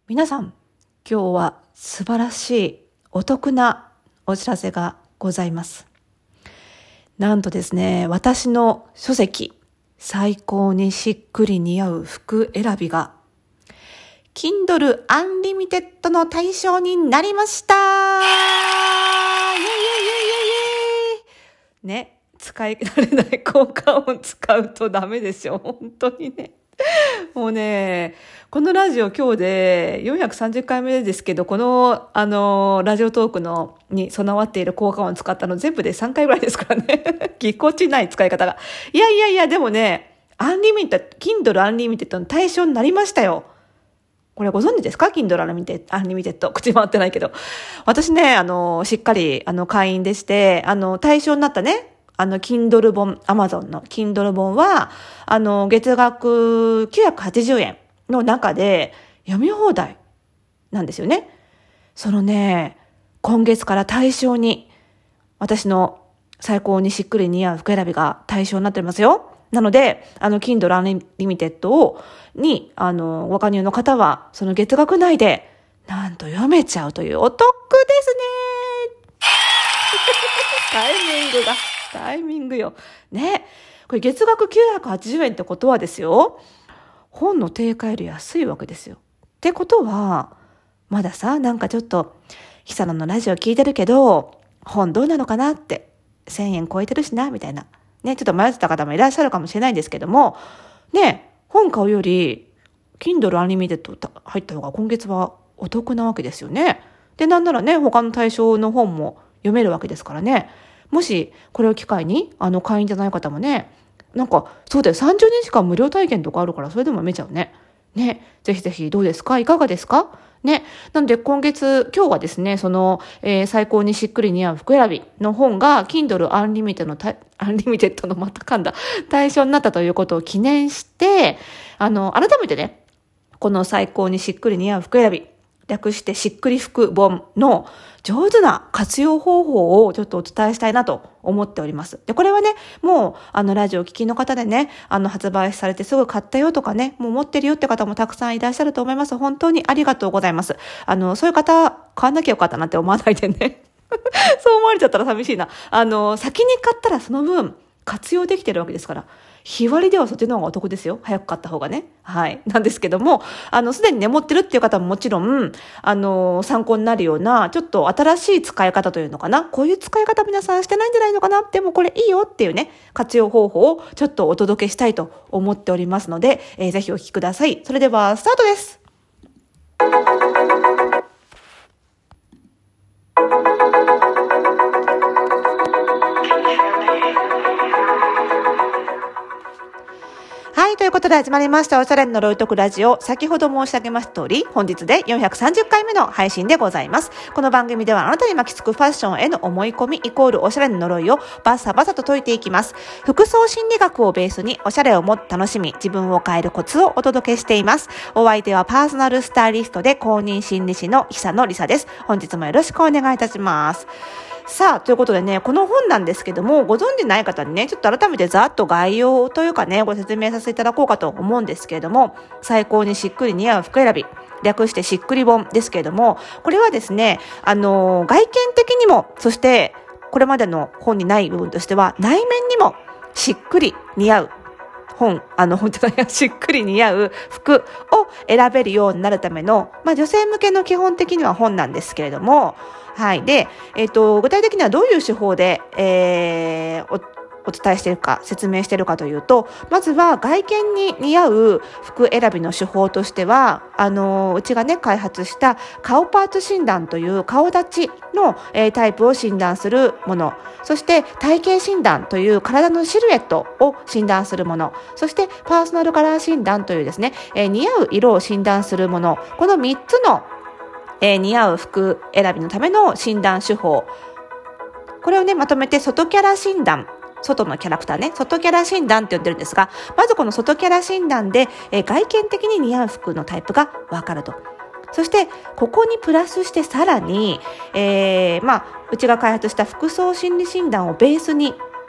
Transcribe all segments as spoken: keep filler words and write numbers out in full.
皆さん、今日は素晴らしいお得なお知らせがございます。なんとですね、私の書籍、最高にしっくり似合う服選びが、Kindle Unlimited の対象になりました。イエイイエイイエイイエイね、使い慣れない効果音使うとダメでしょ。本当にね。もうね、このラジオ今日でよんひゃくさんじゅっかいめですけど、この、あの、ラジオトークの、に備わっている効果音を使ったの全部でさんかいぐらいですからね。ぎこちない使い方が。いやいやいや、でもね、アンリミテッド、Kindle Unlimited の対象になりましたよ。これご存知ですか？ Kindle Unlimited。口回ってないけど。私ね、あの、しっかり、あの、会員でして、あの、対象になったね、あの、Kindle 本、Amazon の Kindle 本は、あの、月額きゅうひゃくはちじゅうえんの中で読み放題なんですよね。そのね、今月から対象に、私の最高にしっくり似合う服選びが対象になっておりますよ。なので、あの、Kindle Unlimited を、に、あの、ご加入の方は、その月額内で、なんと読めちゃうというお得ですね。タイミングが。タイミングよ。ね。これ月額きゅうひゃくはちじゅうえんってことはですよ。本の定価より安いわけですよ。ってことは、まださ、なんかちょっと、久野のラジオ聞いてるけど、本どうなのかなって、せんえん超えてるしな、みたいな。ね、ちょっと迷ってた方もいらっしゃるかもしれないんですけども、ね、本買うより、Kindle Unlimited 入った方が今月はお得なわけですよね。で、なんならね、他の対象の本も読めるわけですからね。もし、これを機会に、あの、会員じゃない方もね、なんか、そうだよ、さんじゅうにちかん無料体験とかあるから、それでも読めちゃうね。ね、ぜひぜひどうですか？いかがですか？ね。なので、今月、今日はですね、その、えー、最高にしっくり似合う服選びの本が、Kindle Unlimited の、Unlimited のまた噛んだ対象になったということを記念して、あの、改めてね、この最高にしっくり似合う服選び、略してしっくり服本の上手な活用方法をちょっとお伝えしたいなと思っております。で、これはね、もう、あの、ラジオ聞きの方でね、あの、発売されてすぐ買ったよとかね、もう持ってるよって方もたくさんいらっしゃると思います。本当にありがとうございます。あの、そういう方、買わなきゃよかったなって思わないでね。そう思われちゃったら寂しいな。あの、先に買ったらその分、活用できてるわけですから。日割りではそっちの方がお得ですよ。早く買った方がね。はい。なんですけども、あの、すでにね、持ってるっていう方ももちろん、あの、参考になるような、ちょっと新しい使い方というのかな。こういう使い方皆さんしてないんじゃないのかな。でもこれいいよっていうね、活用方法をちょっとお届けしたいと思っておりますので、えー、ぜひお聞きください。それでは、スタートです。はい。ということで始まりました。おしゃれの呪い解くラジオ。先ほど申し上げました通り、本日でよんひゃくさんじゅっかいめの配信でございます。この番組ではあなたに巻きつくファッションへの思い込みイコールおしゃれの呪いをバッサバサと解いていきます。服装心理学をベースにおしゃれをもっと楽しみ、自分を変えるコツをお届けしています。お相手はパーソナルスタイリストで公認心理師の久野里沙です。本日もよろしくお願いいたします。さあ、ということでね、この本なんですけども、ご存知ない方にね、ちょっと改めてざっと概要というかね、ご説明させていただこうかと思うんですけれども、最高にしっくり似合う服選び、略してしっくり本ですけれども、これはですね、あの、外見的にも、そして、これまでの本にない部分としては、内面にもしっくり似合う本、あの、本当にしっくり似合う服を選べるようになるための、まあ女性向けの基本的には本なんですけれども、はい。で、えっと、具体的にはどういう手法で、えー、お、お伝えしているか、説明しているかというと、まずは外見に似合う服選びの手法としては、あの、うちがね、開発した顔パーツ診断という顔立ちの、えー、タイプを診断するもの、そして体型診断という体のシルエットを診断するもの、そしてパーソナルカラー診断というですね、えー、似合う色を診断するもの、このみっつのえー、似合う服選びのための診断手法。これをね、まとめて外キャラ診断。外のキャラクターね。外キャラ診断って呼んでるんですが、まずこの外キャラ診断で、えー、外見的に似合う服のタイプがわかると。そして、ここにプラスしてさらに、えー、まあ、うちが開発した服装心理診断をベースに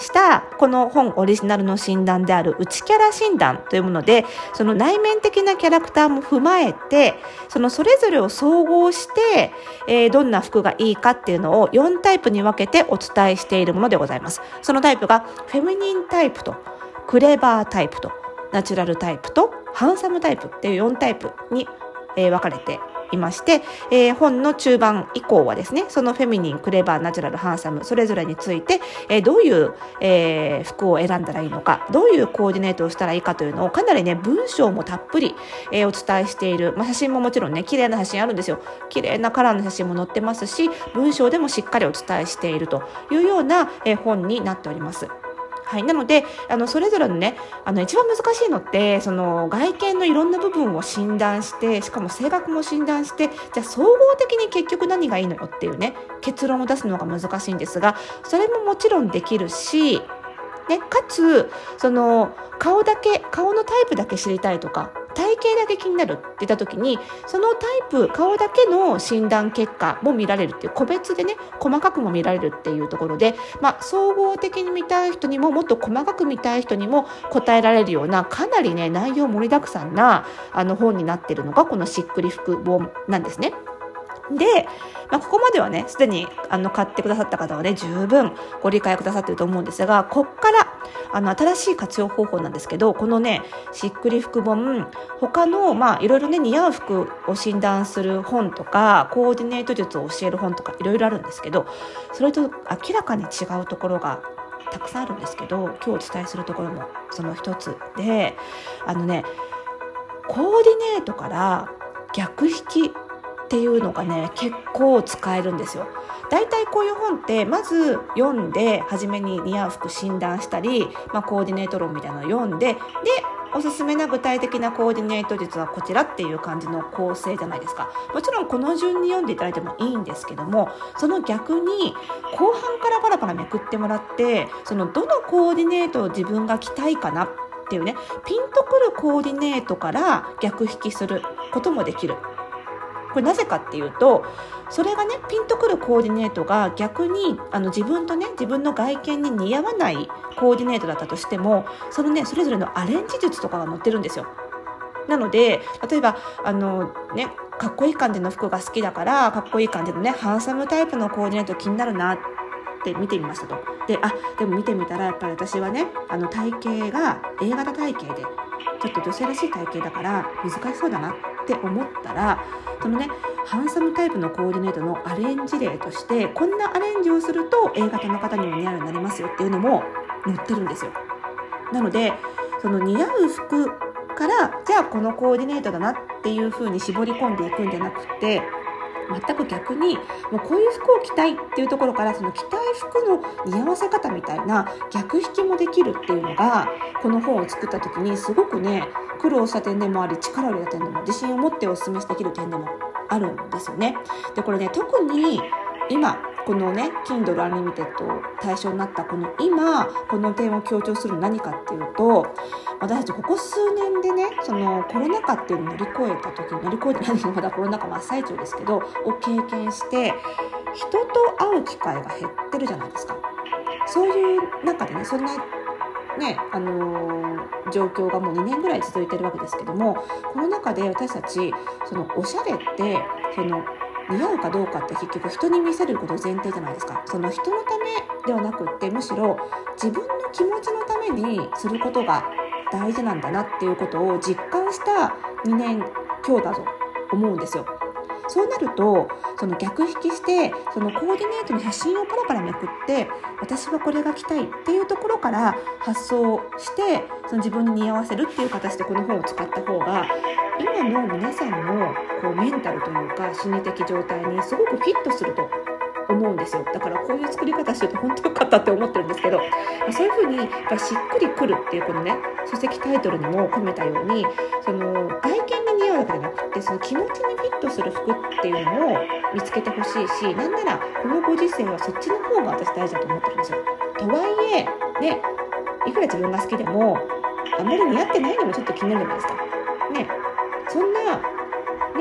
したこの本オリジナルの診断である内キャラ診断というもので、その内面的なキャラクターも踏まえて、そのそれぞれを総合して、えー、どんな服がいいかっていうのをよんタイプに分けてお伝えしているものでございます。そのタイプがフェミニンタイプとクレバータイプとナチュラルタイプとハンサムタイプっていうよんタイプに、えー、分かれていまして、えー、本の中盤以降はですね、そのフェミニン、クレバー、ナチュラル、ハンサムそれぞれについて、えー、どういう、えー、服を選んだらいいのか、どういうコーディネートをしたらいいかというのをかなりね、文章もたっぷり、えー、お伝えしている、まあ、写真ももちろんね、綺麗な写真あるんですよ。綺麗なカラーの写真も載ってますし、文章でもしっかりお伝えしているというような、えー、本になっております。はい、なのであのそれぞれのね、あの一番難しいのってその外見のいろんな部分を診断して、しかも性格も診断して、じゃあ総合的に結局何がいいのよっていうね、結論を出すのが難しいんですが、それももちろんできるし、ね、かつその顔だけ顔のタイプだけ知りたいとか体型だけ気になるって言った時に、そのタイプ顔だけの診断結果も見られるっていう、個別でね細かくも見られるっていうところで、まあ、総合的に見たい人にももっと細かく見たい人にも答えられるような、かなりね内容盛りだくさんなあの本になっているのがこのしっくり服本なんですね。で、まあ、ここまではねすでにあの買ってくださった方はね十分ご理解くださっていると思うんですが、こっからあの新しい活用方法なんですけど、このねしっくり服本、他のまあいろいろね似合う服を診断する本とかコーディネート術を教える本とかいろいろあるんですけど、それと明らかに違うところがたくさんあるんですけど、今日お伝えするところもその一つで、あのねコーディネートから逆引きっていうのがね結構使えるんですよ。だいたいこういう本ってまず読んで初めに似合う服診断したり、まあ、コーディネート論みたいなのを読んで、でおすすめな具体的なコーディネート術はこちらっていう感じの構成じゃないですか。もちろんこの順に読んでいただいてもいいんですけども、その逆に後半からパラパラめくってもらって、そのどのコーディネートを自分が着たいかなっていうね、ピンとくるコーディネートから逆引きすることもできる。これなぜかっていうと、それがねピンとくるコーディネートが逆にあの自分とね自分の外見に似合わないコーディネートだったとしても、そのねそれぞれのアレンジ術とかが載ってるんですよ。なので例えばあのねかっこいい感じの服が好きだから、かっこいい感じのねハンサムタイプのコーディネート気になるなって見てみましたと。で、あでも見てみたらやっぱり私はねあの体型が エー 型体型でちょっと女性らしい体型だから難しそうだなって思ったら、そのねハンサムタイプのコーディネートのアレンジ例として、こんなアレンジをすると エー 型の方にも似合うようになりますよっていうのも載ってるんですよ。なのでその似合う服からじゃあこのコーディネートだなっていう風に絞り込んでいくんじゃなくて、全く逆にもうこういう服を着たいっていうところから、その着たい服の似合わせ方みたいな逆引きもできるっていうのが、この本を作った時にすごくね苦労した点でもあり、力を入れた点でも、自信を持ってお勧めできる点でもあるんですよね。でこれね特に今このね Kindle Unlimited 対象になったこの今この点を強調するの何かっていうと、私たちここ数年でねそのコロナ禍っていうのを乗り越えた時に乗り越えてないのまだコロナ禍真っ最中ですけどを経験して、人と会う機会が減ってるじゃないですか。そういう中でねそんなねあのー、状況がもうにねんぐらい続いてるわけですけども、この中で私たちそのおしゃれってその似合うかどうかって結局人に見せること前提じゃないですか。その人のためではなくって、むしろ自分の気持ちのためにすることが大事なんだなっていうことを実感したにねん強だと思うんですよ。そうなるとその逆引きしてそのコーディネートの写真をパラパラめくって、私はこれが着たいっていうところから発想してその自分に似合わせるっていう形でこの本を使った方が、今の皆さんのこうメンタルというか心理的状態にすごくフィットすると思うんですよ。だからこういう作り方してて本当よかったって思ってるんですけど、そういうふうにやっぱしっくりくるっていうこのね書籍タイトルにも込めたように、その外見に似合うだけじゃなくてその気持ちにフィットする服っていうのを見つけてほしいし、なんならこのご時世はそっちの方が私大事だと思ってるんですよ。とはいえね、いくら自分が好きでもあんまり似合ってないのもちょっと気になるじゃないですかね。そんなね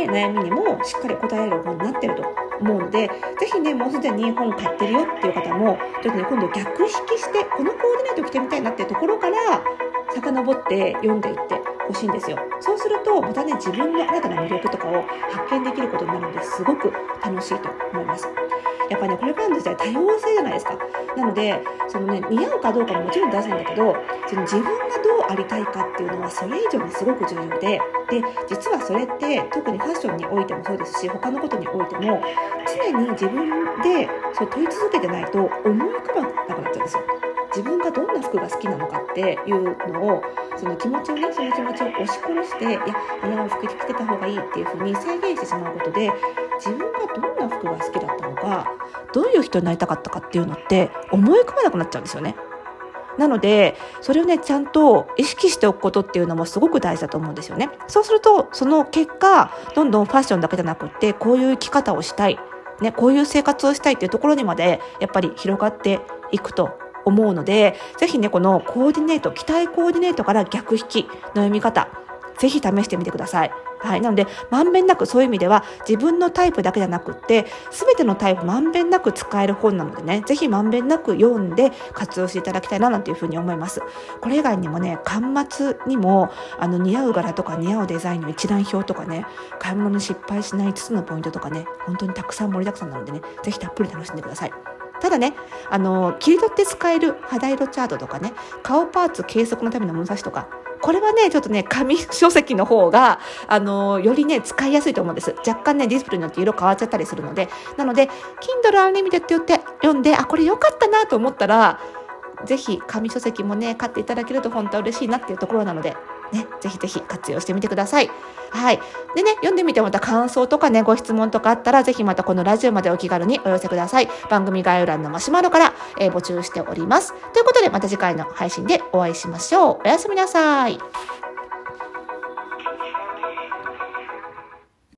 ね、悩みにもしっかり答えられる本になってると思うので、ぜひね、もうすでに本買ってるよっていう方もちょっとね、今度逆引きしてこのコーディネート着てみたいなっていうところから遡って読んでいってほしいんですよ。そうするとまたね、自分の新たな魅力とかを発見できることになるので、すごく楽しいと思います。やっぱね、これからの時代多様性じゃないですか。なのでそのね、似合うかどうかももちろん大事なんだけど、その自分がどうありたいかっていうのはそれ以上にすごく重要で、で実はそれって特にファッションにおいてもそうですし、他のことにおいても常に自分でそう問い続けてないと思い浮かばなくなっちゃうんですよ。自分がどんな服が好きなのかっていうのを、その気持ちをね、その気持ちを押し殺して、いや、似合う服着てた方がいいっていう風に制限してしまうことで、自分がどんな服が好きだったのか、どういう人になりたかったかっていうのって思い浮かばなくなっちゃうんですよね。なのでそれをね、ちゃんと意識しておくことっていうのもすごく大事だと思うんですよね。そうするとその結果、どんどんファッションだけじゃなくって、こういう生き方をしたい、ね、こういう生活をしたいっていうところにまでやっぱり広がっていくと思うので、ぜひね、このコーディネート、着たいコーディネートから逆引きの読み方、ぜひ試してみてください。はい。なので、まんべんなく、そういう意味では自分のタイプだけじゃなくって、すべてのタイプまんべんなく使える本なのでね、ぜひまんべんなく読んで活用していただきたいななんていうふうに思います。これ以外にもね、巻末にも、あの、似合う柄とか似合うデザインの一覧表とかね、買い物に失敗しないいつつのポイントとかね、本当にたくさん盛りだくさんなのでね、ぜひたっぷり楽しんでください。ただね、あの、切り取って使える肌色チャートとかね、顔パーツ計測のための物差しとか、これはね、ちょっとね、紙書籍の方が、あの、よりね、使いやすいと思うんです。若干ね、ディスプレイによって色変わっちゃったりするので、なので、Kindle Unlimited って言って読んで、あ、これ良かったなと思ったら、ぜひ紙書籍もね、買っていただけると本当は嬉しいなっていうところなので、ね、ぜひぜひ活用してみてください。はい。でね、読んでみてまた感想とかね、ご質問とかあったら、ぜひまたこのラジオまでお気軽にお寄せください。番組概要欄のマシュマロから、えー、募集しております。ということで、また次回の配信でお会いしましょう。おやすみなさい。